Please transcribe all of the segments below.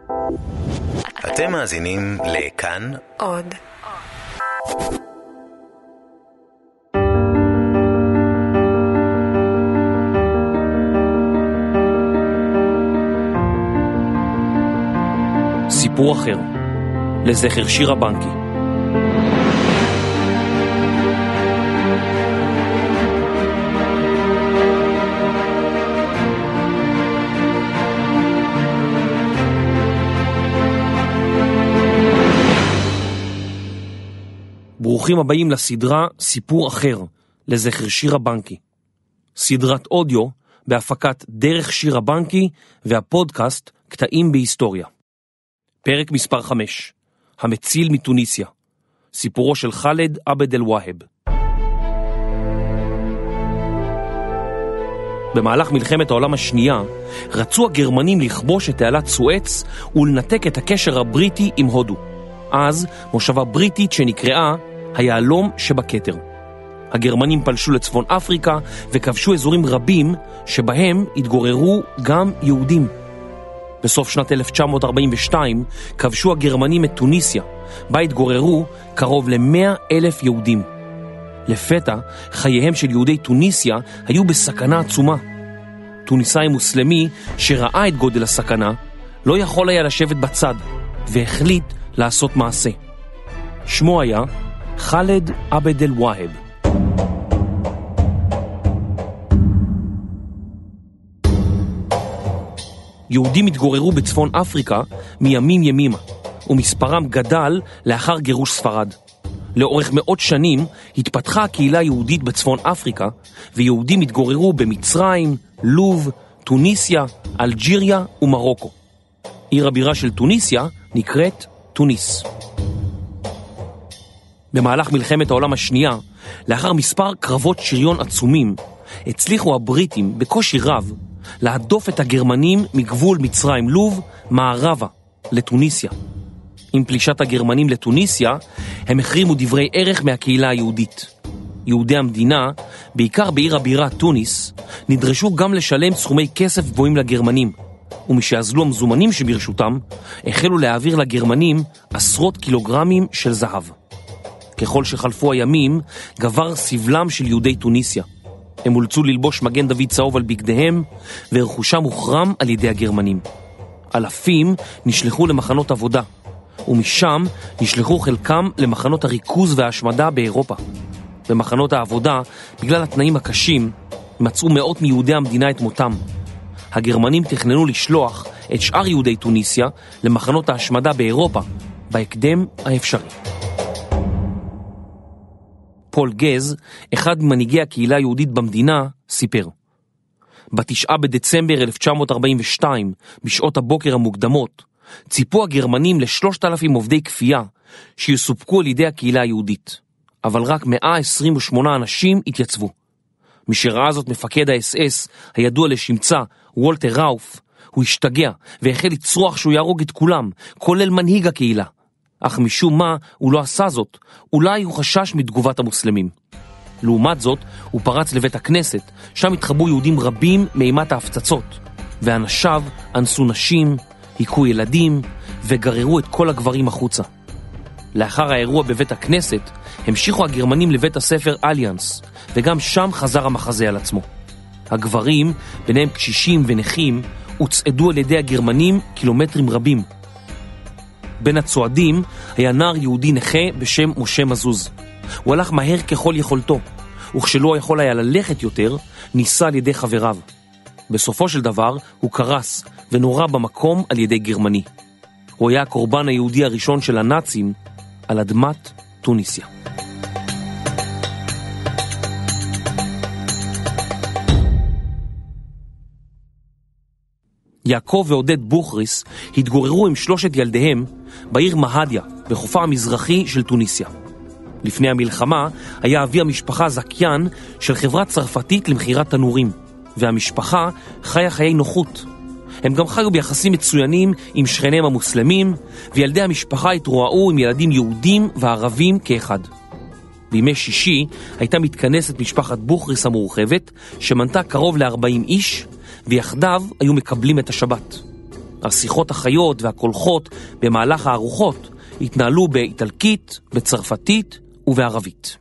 אתם מאזינים לכאן עוד. סיפור אחר, לזכר שירה בנקי. ברוכים הבאים לסדרה סיפור אחר, לזכר שירה בנקי. סדרת אודיו בהפקת דרך שירה בנקי והפודקאסט קטעים בהיסטוריה. פרק מספר 5, המציל מתוניסיה. סיפורו של חאלד עבד אל-והאב. במהלך מלחמת העולם השנייה רצו הגרמנים לכבוש את תעלת סואץ ולנתק את הקשר הבריטי עם הודו. אז מושבה בריטית שנקראה היהלום שבכתר. הגרמנים פלשו לצפון אפריקה וכבשו אזורים רבים שבהם התגוררו גם יהודים. בסוף שנת 1942 כבשו הגרמנים את טוניסיה, בה התגוררו קרוב ל100,000 יהודים. לפתע חייהם של יהודי טוניסיה היו בסכנה עצומה. טוניסאי מוסלמי שראה את גודל הסכנה לא יכול היה לשבת בצד והחליט לעשות מעשה. שמו היה חאלד עבד אל-והאב. יהודים התגוררו בצפון אפריקה מימים ימימה, ומספרם גדל לאחר גירוש ספרד. לאורך מאות שנים התפתחה הקהילה היהודית בצפון אפריקה, ויהודים התגוררו במצרים, לוב, טוניסיה, אלג'יריה ומרוקו. עיר הבירה של טוניסיה נקראת טוניס. במהלך מלחמת העולם השנייה, לאחר מספר קרבות שריון עצומים, הצליחו הבריטים בקושי רב להדוף את הגרמנים מגבול מצרים לוב מערבה לטוניסיה. עם פלישת הגרמנים לטוניסיה, הם החרימו דברי ערך מהקהילה היהודית. יהודי המדינה, בעיקר בעיר הבירה טוניס, נדרשו גם לשלם סכומי כסף גבוהים לגרמנים, ומשאזלו המזומנים שברשותם, החלו להעביר לגרמנים עשרות קילוגרמים של זהב. ככל שחלפו הימים, גבר סבלם של יהודי טוניסיה. הם אולצו ללבוש מגן דוד צהוב על בגדיהם, ורכושם הוחרם על ידי הגרמנים. אלפים נשלחו למחנות עבודה, ומשם נשלחו חלקם למחנות הריכוז וההשמדה באירופה. במחנות העבודה, בגלל התנאים הקשים, מצאו מאות מיהודי המדינה את מותם. הגרמנים תכננו לשלוח את שאר יהודי טוניסיה למחנות ההשמדה באירופה, בהקדם האפשרי. פול גז, אחד ממנהיגי הקהילה היהודית במדינה, סיפר: ב9 בדצמבר 1942, בשעות הבוקר המוקדמות, ציפו הגרמנים ל3,000 עובדי כפייה שיסופקו על ידי הקהילה היהודית, אבל רק 128 אנשים התייצבו. משראה זאת מפקד האס-אס, הידוע לשמצה, וולטר ראוף, הוא השתגע והחל לצרוח שהוא יהרוג את כולם, כולל מנהיג הקהילה. אך משום מה הוא לא עשה זאת, אולי הוא חשש מתגובת המוסלמים. לעומת זאת, הוא פרץ לבית הכנסת, שם התחבאו יהודים רבים מאימת ההפצצות, ואנשיו אנסו נשים, היכו ילדים, וגררו את כל הגברים החוצה. לאחר האירוע בבית הכנסת, המשיכו הגרמנים לבית הספר אליאנס, וגם שם חזר המחזה על עצמו. הגברים, ביניהם קשישים ונכים, הוצעדו על ידי הגרמנים קילומטרים רבים. בין הצועדים היה נער יהודי נכה בשם משה מזוז. הוא הלך מהר ככל יכולתו, וכשלא יכול היה ללכת יותר, ניסה על ידי חבריו. בסופו של דבר הוא קרס ונורא במקום על ידי גרמני. הוא היה הקורבן היהודי הראשון של הנאצים על אדמת טוניסיה. יעקב ועודד בוכריס התגוררו עם 3 ילדיהם בעיר מהדיה, בחופה המזרחי של טוניסיה. לפני המלחמה היה אבי המשפחה זקיין של חברה צרפתית למחירת תנורים, והמשפחה חיה חיי נוחות. הם גם חיו ביחסים מצוינים עם שכניהם המוסלמים, וילדי המשפחה התרועעו עם ילדים יהודים וערבים כאחד. בימי שישי הייתה מתכנסת משפחת בוכריס המורחבת, שמנתה קרוב ל40 איש, ויחדיו היו מקבלים את השבת. השיחות החיות והקולחות במהלך הארוחות התנהלו באיטלקית, בצרפתית ובערבית.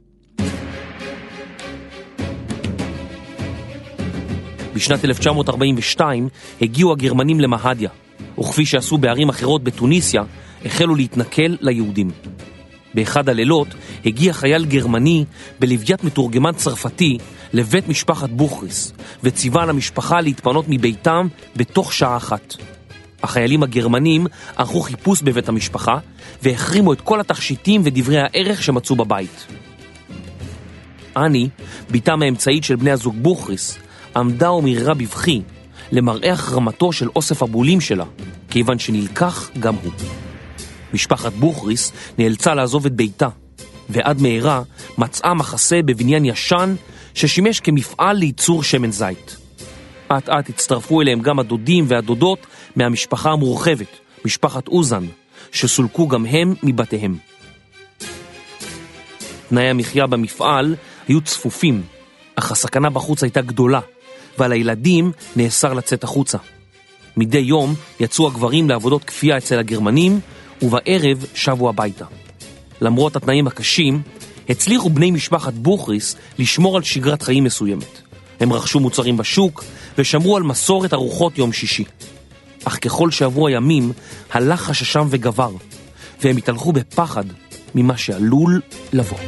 בשנת 1942 הגיעו הגרמנים למהדיה, וכפי שעשו בערים אחרות בתוניסיה, החלו להתנכל ליהודים. באחד הלילות הגיע חייל גרמני בלוויית מתורגמן צרפתי לבית משפחת בוכריס, וציווה למשפחה להתפנות מביתם בתוך שעה אחת. החיילים הגרמנים ערכו חיפוש בבית המשפחה, והחרימו את כל התכשיטים ודברי הערך שמצאו בבית. אני, ביתם האמצעית של בני הזוג בוכריס, עמדה ומררה בבכי למראה החרמתו של אוסף הבולים שלה, כיוון שנלקח גם הוא. משפחת בוכריס נאלצה לעזוב את ביתה, ועד מהרה מצאה מחסה בבניין ישן ששימש כמפעל לייצור שמן זית. עד הצטרפו אליהם גם הדודים והדודות מהמשפחה המורחבת, משפחת אוזן, שסולקו גם הם מבתיהם. תנאי המחיה במפעל היו צפופים, אך הסכנה בחוץ הייתה גדולה, ועל הילדים נאסר לצאת החוצה. מדי יום יצאו הגברים לעבודות כפייה אצל הגרמנים, ובערב שבו הביתה. למרות התנאים הקשים, הצליחו בני משפחת בוכריס לשמור על שגרת חיים מסוימת. הם רכשו מוצרים בשוק ושמרו על מסורת ארוחות יום שישי. אך ככל שעברו הימים, הלך חששם וגבר, והם התהלכו בפחד ממה שעלול לבוא.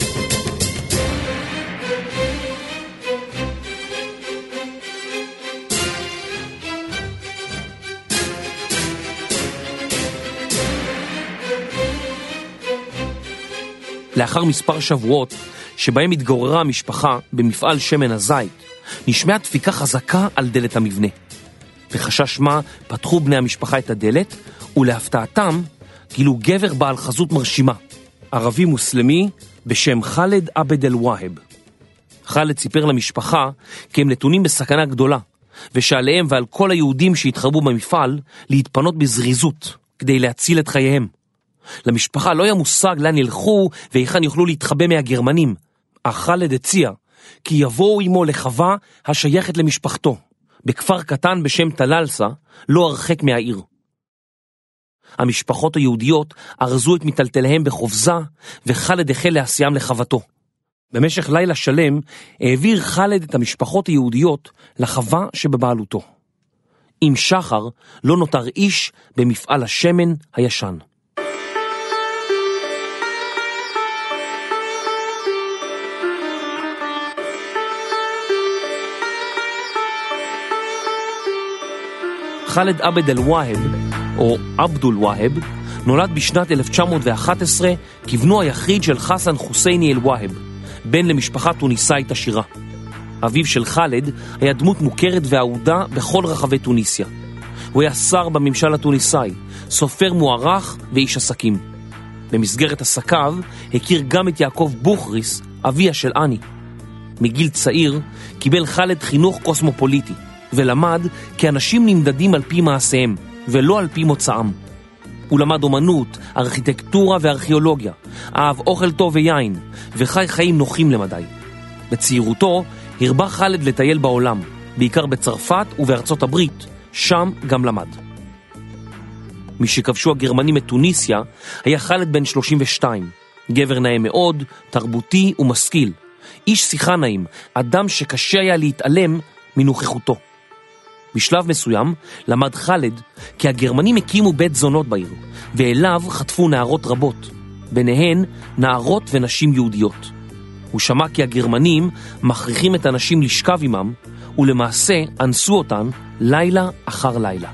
לאחר מספר שבועות שבהם התגוררה המשפחה במפעל שמן הזית, נשמעה דפיקה חזקה על דלת המבנה. בחשש מה פתחו בני המשפחה את הדלת, ולהפתעתם גילו גבר בעל חזות מרשימה, ערבי מוסלמי בשם חאלד עבד אל-והאב. חאלד סיפר למשפחה כי הם נתונים בסכנה גדולה, ושעליהם ועל כל היהודים שהתחרבו במפעל להתפנות בזריזות כדי להציל את חייהם. למשפחה לא היה מושג לאן ילכו ואיכן יוכלו להתחבא מהגרמנים, אך חאלד הציע כי יבואו עמו לחווה השייכת למשפחתו, בכפר קטן בשם תללסה, לא הרחק מהעיר. המשפחות היהודיות ארזו את מטלטליהם בחופזה, וחאלד החל להסיעם לחוותו. במשך לילה שלם העביר חאלד את המשפחות היהודיות לחווה שבבעלותו. עם שחר לא נותר איש במפעל השמן הישן. חאלד עבד אל-והאב, או עבדול והאב, נולד בשנת 1911 כבנו היחיד של חסן חוסייני אל-והאב, בן למשפחה טוניסאית עשירה. אביו של חאלד היה דמות מוכרת ואהודה בכל רחבי טוניסיה. הוא היה שר בממשל הטוניסאי, סופר מוערך ואיש עסקים. במסגרת עסקיו הכיר גם את יעקב בוכריס, אביה של אני. מגיל צעיר קיבל חאלד חינוך קוסמופוליטי, ולמד כי אנשים נמדדים על פי מעשיהם, ולא על פי מוצאם. הוא למד אומנות, ארכיטקטורה וארכיאולוגיה, אהב אוכל טוב ויין, וחי חיים נוחים למדי. בצעירותו הרבה חאלד לטייל בעולם, בעיקר בצרפת ובארצות הברית, שם גם למד. משכבשו הגרמנים את טוניסיה, היה חאלד בן 32, גבר נאה מאוד, תרבותי ומשכיל, איש שיחה נעים, אדם שקשה היה להתעלם מנוכחותו. בשלב מסוים למד חאלד כי הגרמנים הקימו בית זונות בעיר, ואליו חטפו נערות רבות, ביניהן נערות ונשים יהודיות. הוא שמע כי הגרמנים מכריחים את הנשים לשכב עמם, ולמעשה אנסו אותן לילה אחר לילה.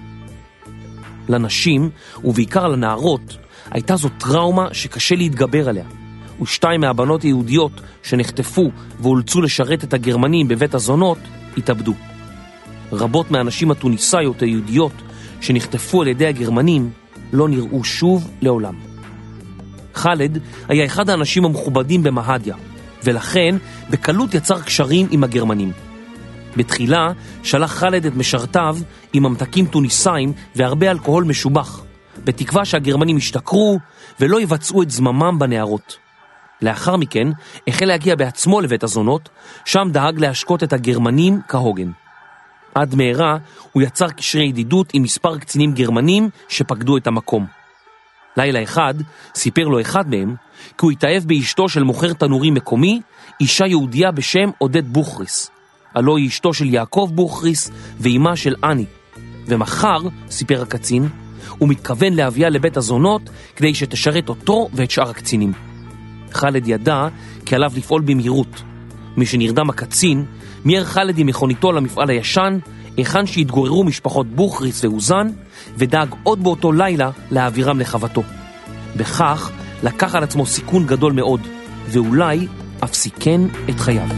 לנשים, ובעיקר לנערות, הייתה זו טראומה שקשה להתגבר עליה, ושתיים מהבנות היהודיות שנחטפו ואולצו לשרת את הגרמנים בבית הזונות התאבדו. רבות מהנשים הטוניסאיות היהודיות שנחטפו על ידי הגרמנים לא נראו שוב לעולם. חאלד היה אחד האנשים המכובדים במהדיה, ולכן בקלות יצר קשרים עם הגרמנים. בתחילה שלח חאלד את משרתיו עם ממתקים טוניסאים והרבה אלכוהול משובח, בתקווה שהגרמנים ישתכרו ולא יבצעו את זממם בנערות. לאחר מכן החל להגיע בעצמו לבית הזונות, שם דאג להשקות את הגרמנים כהוגן. עד מהרה הוא יצר קשרי ידידות עם מספר קצינים גרמנים שפקדו את המקום. לילה אחד סיפר לו אחד מהם כי הוא התאהב באשתו של מוכר תנורים מקומי, אישה יהודייה בשם עודד בוכריס. הלא היא אשתו של יעקב בוכריס ואימה של אני. ומחר, סיפר הקצין, הוא מתכוון להביאה לבית הזונות כדי שתשרת אותו ואת שאר הקצינים. חלד ידע כי עליו לפעול במהירות. משנרדם הקצין, מיהר חלד עם מכוניתו למפעל הישן, היכן שהתגוררו משפחות בוכריס ואוזן, ודאג עוד באותו לילה להעבירם לחוותו. בכך לקח על עצמו סיכון גדול מאוד, ואולי אף סיכן את חייו.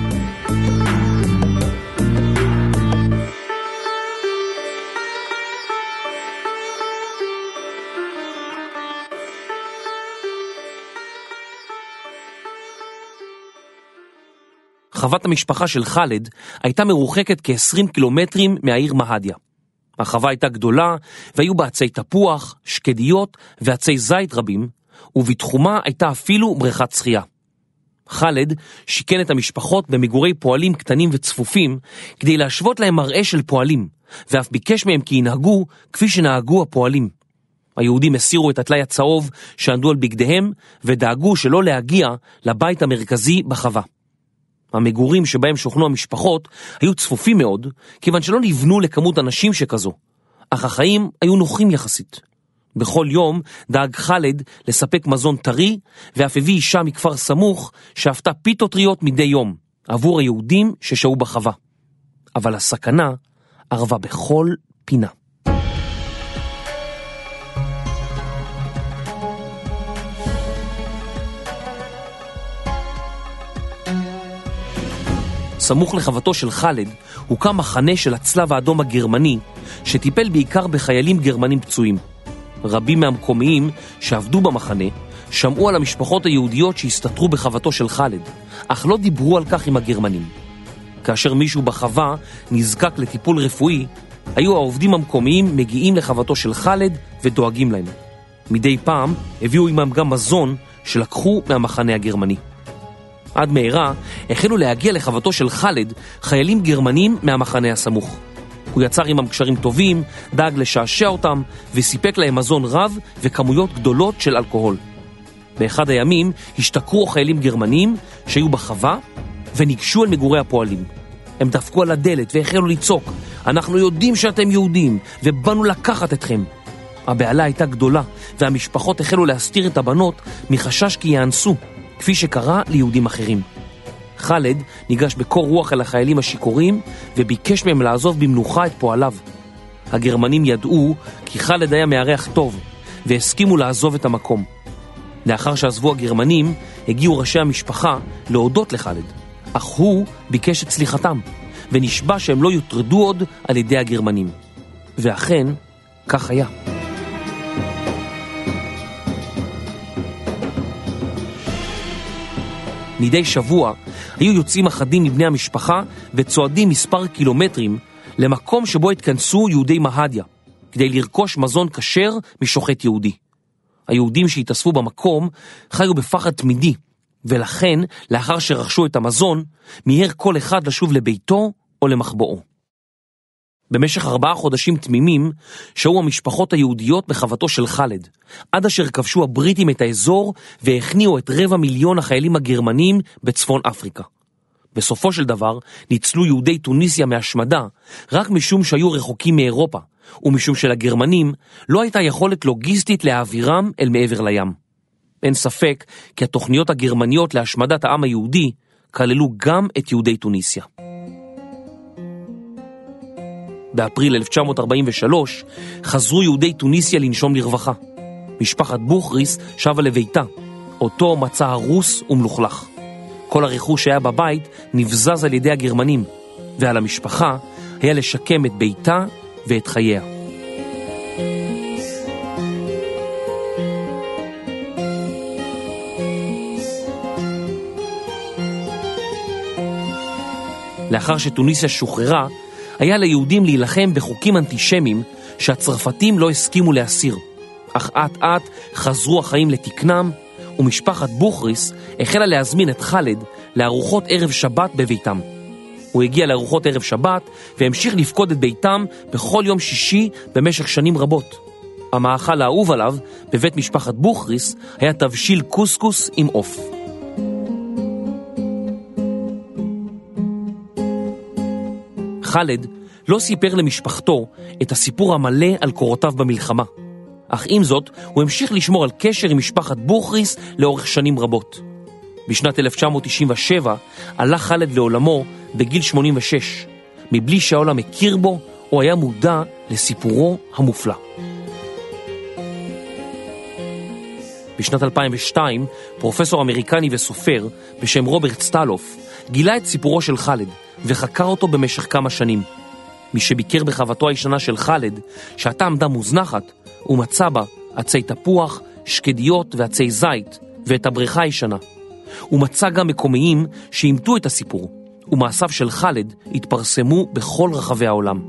חוות המשפחה של חלד הייתה מרוחקת כ-20 קילומטרים מהעיר מהדיה. החווה הייתה גדולה והיו בה עצי תפוח, שקדיות ועצי זית רבים, ובתחומה הייתה אפילו בריכת שחייה. חלד שיקן את המשפחות במגורי פועלים קטנים וצפופים כדי להשוות להם מראה של פועלים, ואף ביקש מהם כי ינהגו כפי שנהגו הפועלים. היהודים הסירו את הטלאי הצהוב שענדו על בגדיהם ודאגו שלא להגיע לבית המרכזי בחווה. המגורים שבהם שוכנו המשפחות היו צפופים מאוד, כיוון שלא נבנו לכמות אנשים שכזו, אך החיים היו נוחים יחסית. בכל יום דאג חלד לספק מזון טרי, ואף הביא אישה מכפר סמוך שאפתה פיתות טריות מדי יום, עבור היהודים ששהו בחווה. אבל הסכנה ערבה בכל פינה. סמוך לחוותו של חלד הוקם מחנה של הצלב האדום הגרמני שטיפל בעיקר בחיילים גרמנים פצועים. רבים מהמקומיים שעבדו במחנה שמעו על המשפחות היהודיות שהסתתרו בחוותו של חלד, אך לא דיברו על כך עם הגרמנים. כאשר מישהו בחווה נזקק לטיפול רפואי, היו העובדים המקומיים מגיעים לחוותו של חלד ודואגים להם. מדי פעם הביאו עמם גם מזון שלקחו מהמחנה הגרמני. עד מהרה החלו להגיע לחוותו של חלד חיילים גרמנים מהמחנה הסמוך. הוא יצר עמם קשרים טובים, דאג לשעשע אותם וסיפק להם מזון רב וכמויות גדולות של אלכוהול. באחד הימים השתכרו חיילים גרמנים שהיו בחווה וניגשו אל מגורי הפועלים. הם דפקו על הדלת והחלו לצעוק, אנחנו יודעים שאתם יהודים ובאנו לקחת אתכם. הבעלה הייתה גדולה והמשפחות החלו להסתיר את הבנות מחשש כי יאנסו, כפי שקרה ליהודים אחרים. חלד ניגש בקור רוח אל החיילים השיכורים וביקש מהם לעזוב במנוחה את פועליו. הגרמנים ידעו כי חלד היה מארח טוב והסכימו לעזוב את המקום. לאחר שעזבו הגרמנים הגיעו ראשי המשפחה להודות לחלד, אך הוא ביקש את סליחתם ונשבע שהם לא יוטרדו עוד על ידי הגרמנים. ואכן כך היה. מדי שבוע היו יוצאים אחדים מבני המשפחה וצועדים מספר קילומטרים למקום שבו התכנסו יהודי מהדיה, כדי לרכוש מזון כשר משוחט יהודי. היהודים שהתאספו במקום חיו בפחד תמידי, ולכן לאחר שרכשו את המזון, מיהר כל אחד לשוב לביתו או למחבואו. במשך 4 חודשים תמימים שהו המשפחות היהודיות בחוותו של חלד, עד אשר כבשו הבריטים את האזור והכניעו את 250,000 החיילים הגרמנים בצפון אפריקה. בסופו של דבר ניצלו יהודי טוניסיה מהשמדה רק משום שהיו רחוקים מאירופה, ומשום שלגרמנים לא הייתה יכולת לוגיסטית להעבירם אל מעבר לים. אין ספק כי התוכניות הגרמניות להשמדת העם היהודי כללו גם את יהודי טוניסיה. באפריל 1943 חזרו יהודי טוניסיה לנשום לרווחה. משפחת בוכריס שבה לביתה, אותו מצא הרוס ומלוכלך. כל הרכוש שהיה בבית נבזז על ידי הגרמנים, ועל המשפחה היה לשקם את ביתה ואת חייה. לאחר שטוניסיה שוחררה, היה ליהודים להילחם בחוקים אנטישמיים שהצרפתים לא הסכימו להסיר. אך עט חזרו החיים לתקנם, ומשפחת בוכריס החלה להזמין את חלד לארוחות ערב שבת בביתם. הוא הגיע לארוחות ערב שבת והמשיך לפקוד את ביתם בכל יום שישי במשך שנים רבות. המאכל האהוב עליו בבית משפחת בוכריס היה תבשיל קוסקוס עם עוף. חאלד לא סיפר למשפחתו את הסיפור המלא על קורותיו במלחמה, אך עם זאת הוא המשיך לשמור על קשר עם משפחת בוכריס לאורך שנים רבות. בשנת 1997 הלך חאלד לעולמו בגיל 86, מבלי שהעולם הכיר בו או היה מודע לסיפורו המופלא. בשנת 2002 פרופסור אמריקני וסופר בשם רוברט סטלוף גילה את סיפורו של חאלד וחקר אותו במשך כמה שנים. מי שביקר בחוותו הישנה של חאלד, שהייתה עמדה מוזנחת, הוא מצא בה עצי תפוח, שקדיות ועצי זית ואת הבריכה הישנה. הוא מצא גם מקומיים שאימתו את הסיפור, ומעשיו של חאלד התפרסמו בכל רחבי העולם.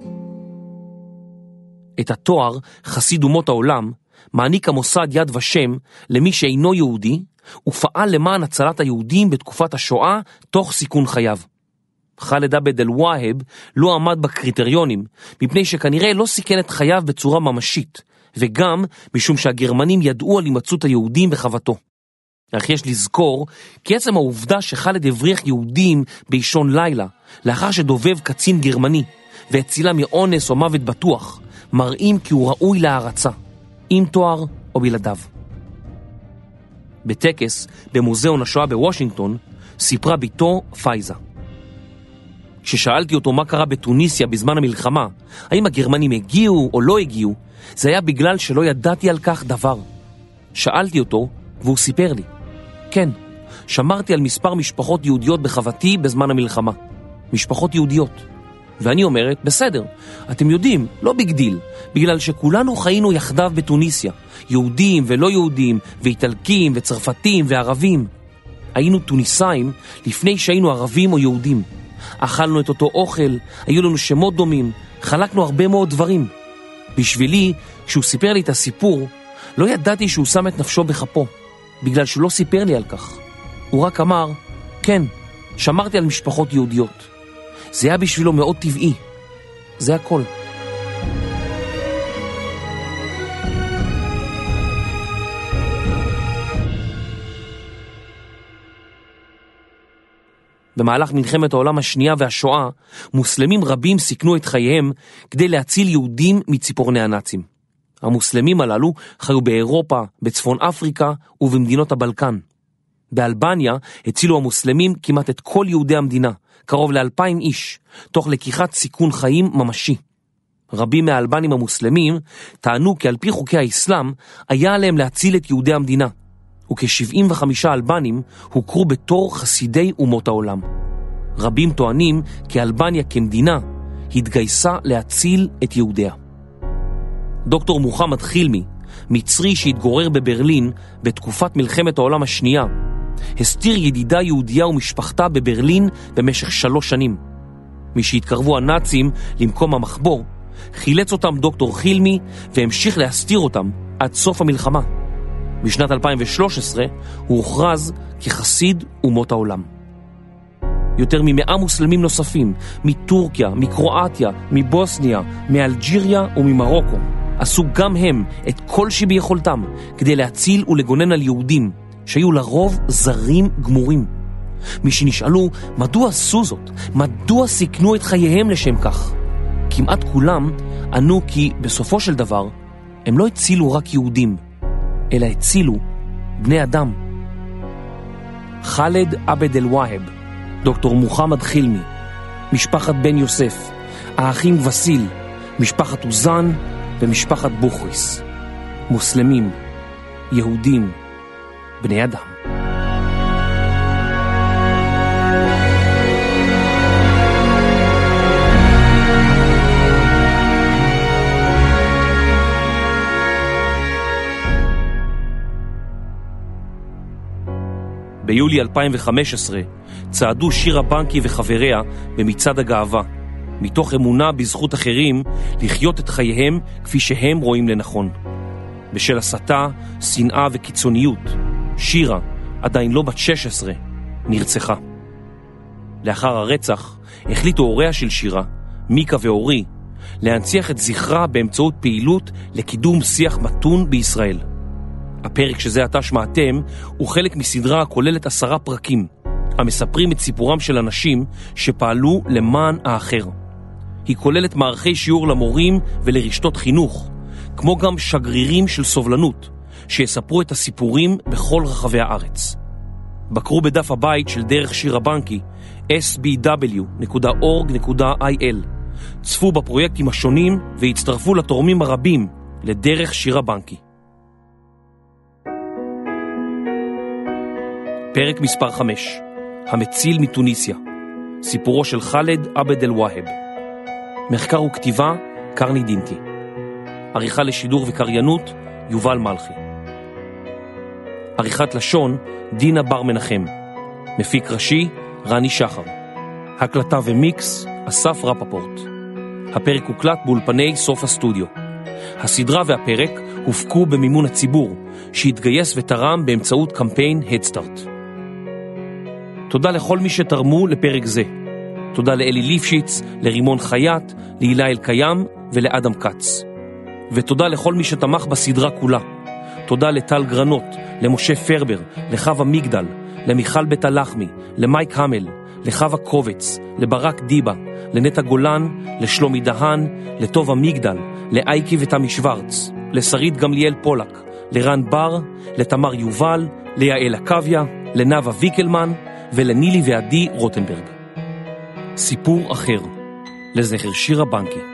את התואר חסיד אומות העולם מעניק המוסד יד ושם למי שאינו יהודי, ופעל למען הצלת היהודים בתקופת השואה תוך סיכון חייו. חאלד עבד אל-והאב לא עמד בקריטריונים, מפני שכנראה לא סיכן את חייו בצורה ממשית, וגם משום שהגרמנים ידעו על הימצאות היהודים בחוותו. אך יש לזכור כי עצם העובדה שחאלד הבריח יהודים באישון לילה, לאחר שדובב קצין גרמני, והצילה מאונס או מוות בטוח, מראים כי הוא ראוי להערצה, עם תואר או בלעדיו. בטקס במוזיאון השואה בוושינגטון סיפרה ביתו פייזה. כששאלתי אותו מה קרה בתוניסיה בזמן המלחמה, האם הגרמנים הגיעו או לא הגיעו, זה היה בגלל שלא ידעתי על כך דבר. שאלתי אותו והוא סיפר לי. כן, שמרתי על מספר משפחות יהודיות בחוותי בזמן המלחמה. משפחות יהודיות. ואני אומרת, בסדר, אתם יודעים, לא בגדיל, בגלל שכולנו חיינו יחדיו בתוניסיה, יהודים ולא יהודים, ואיטלקים וצרפתים וערבים. היינו טוניסאים לפני שהיינו ערבים או יהודים. אכלנו את אותו אוכל, היו לנו שמות דומים, חלקנו הרבה מאוד דברים. בשבילי, כשהוא סיפר לי את הסיפור, לא ידעתי שהוא שם את נפשו בכפו, בגלל שהוא לא סיפר לי על כך. הוא רק אמר, כן, שמרתי על משפחות יהודיות. זה היה בשבילו מאוד טבעי. זה הכל. במהלך מלחמת העולם השנייה והשואה, מוסלמים רבים סיכנו את חייהם כדי להציל יהודים מציפורני הנאצים. המוסלמים הללו חיו באירופה, בצפון אפריקה ובמדינות הבלקן. באלבניה הצילו המוסלמים כמעט את כל יהודי המדינה, קרוב ל2,000 איש, תוך לקיחת סיכון חיים ממשי. רבים מהאלבנים המוסלמים טענו כי על פי חוקי האסלאם היה עליהם להציל את יהודי המדינה, וכ75 אלבנים הוכרו בתור חסידי אומות העולם. רבים טוענים כי אלבניה כמדינה התגייסה להציל את יהודיה. דוקטור מוחמד חילמי, מצרי שהתגורר בברלין בתקופת מלחמת העולם השנייה, הסתיר ידידה יהודיה ומשפחתה בברלין במשך 3 שנים. משהתקרבו הנאצים למקום המחבור, חילץ אותם דוקטור חילמי והמשיך להסתיר אותם עד סוף המלחמה. בשנת 2013 הוא הוכרז כחסיד אומות העולם. יותר מ100 מוסלמים נוספים, מטורקיה, מקרואטיה, מבוסניה, מאלג'יריה וממרוקו, עשו גם הם את כל שביכולתם כדי להציל ולגונן על יהודים, שהיו לרוב זרים גמורים. מי שנשאלו מדוע עשו זאת, מדוע סיכנו את חייהם לשם כך, כמעט כולם ענו כי בסופו של דבר הם לא הצילו רק יהודים, אלא הצילו בני אדם. חאלד עבד אל-והאב, דוקטור מוחמד חילמי, משפחת בן יוסף, האחים וסיל, משפחת אוזן ומשפחת בוכריס. מוסלמים, יהודים, בני אדם. ביולי 2015 צעדו שירה בנקי וחבריה במצעד הגאווה, מתוך אמונה בזכות אחרים לחיות את חייהם כפי שהם רואים לנכון. בשל הסתה, שנאה וקיצוניות, שירה, עדיין לא בת 16, נרצחה. לאחר הרצח, החליטו הוריה של שירה, מיקה ואורי, להנציח את זכרה באמצעות פעילות לקידום שיח מתון בישראל. הפרק שזה עתה שמעתם הוא חלק מסדרה הכוללת 10 פרקים, המספרים את סיפורם של אנשים שפעלו למען האחר. היא כוללת מערכי שיעור למורים ולרשתות חינוך, כמו גם שגרירים של סובלנות, שיספרו את הסיפורים בכל רחבי הארץ. בקרו בדף הבית של דרך שירה בנקי, sbw.org.il, צפו בפרויקטים השונים והצטרפו לתורמים הרבים לדרך שירה בנקי. פרק מספר 5, המציל מתוניסיה, סיפורו של חאלד עבד אל-והאב. מחקר וכתיבה, קרני דינטי. עריכה לשידור וקריינות, יובל מלכי. עריכת לשון, דינה בר מנחם. מפיק ראשי, רני שחר. הקלטה ומיקס, אסף רפפורט. הפרק הוקלט באולפני סוף הסטודיו. הסדרה והפרק הופקו במימון הציבור, שהתגייס ותרם באמצעות קמפיין הדסטארט. תודה לכל מי שתרמו לפרק זה. תודה לאלי ליפשיץ, לרימון חייט, להילה אלקיים ולאדם קץ. ותודה לכל מי שתמך בסדרה כולה. תודה לטל גרנות, למשה פרבר, לחווה מגדל, למיכל בית הלחמי, למייק המל, לחווה קובץ, לברק דיבה, לנטה גולן, לשלומי דהן, לטובה מגדל, לאייקי ותמי שוורץ, לשרית גמליאל פולק, לרן בר, לתמר יובל, ליעל הקוויה, לנאווה ויקלמן ולנילי ועדי רוטנברג. סיפור אחר, לזכר שירה בנקי.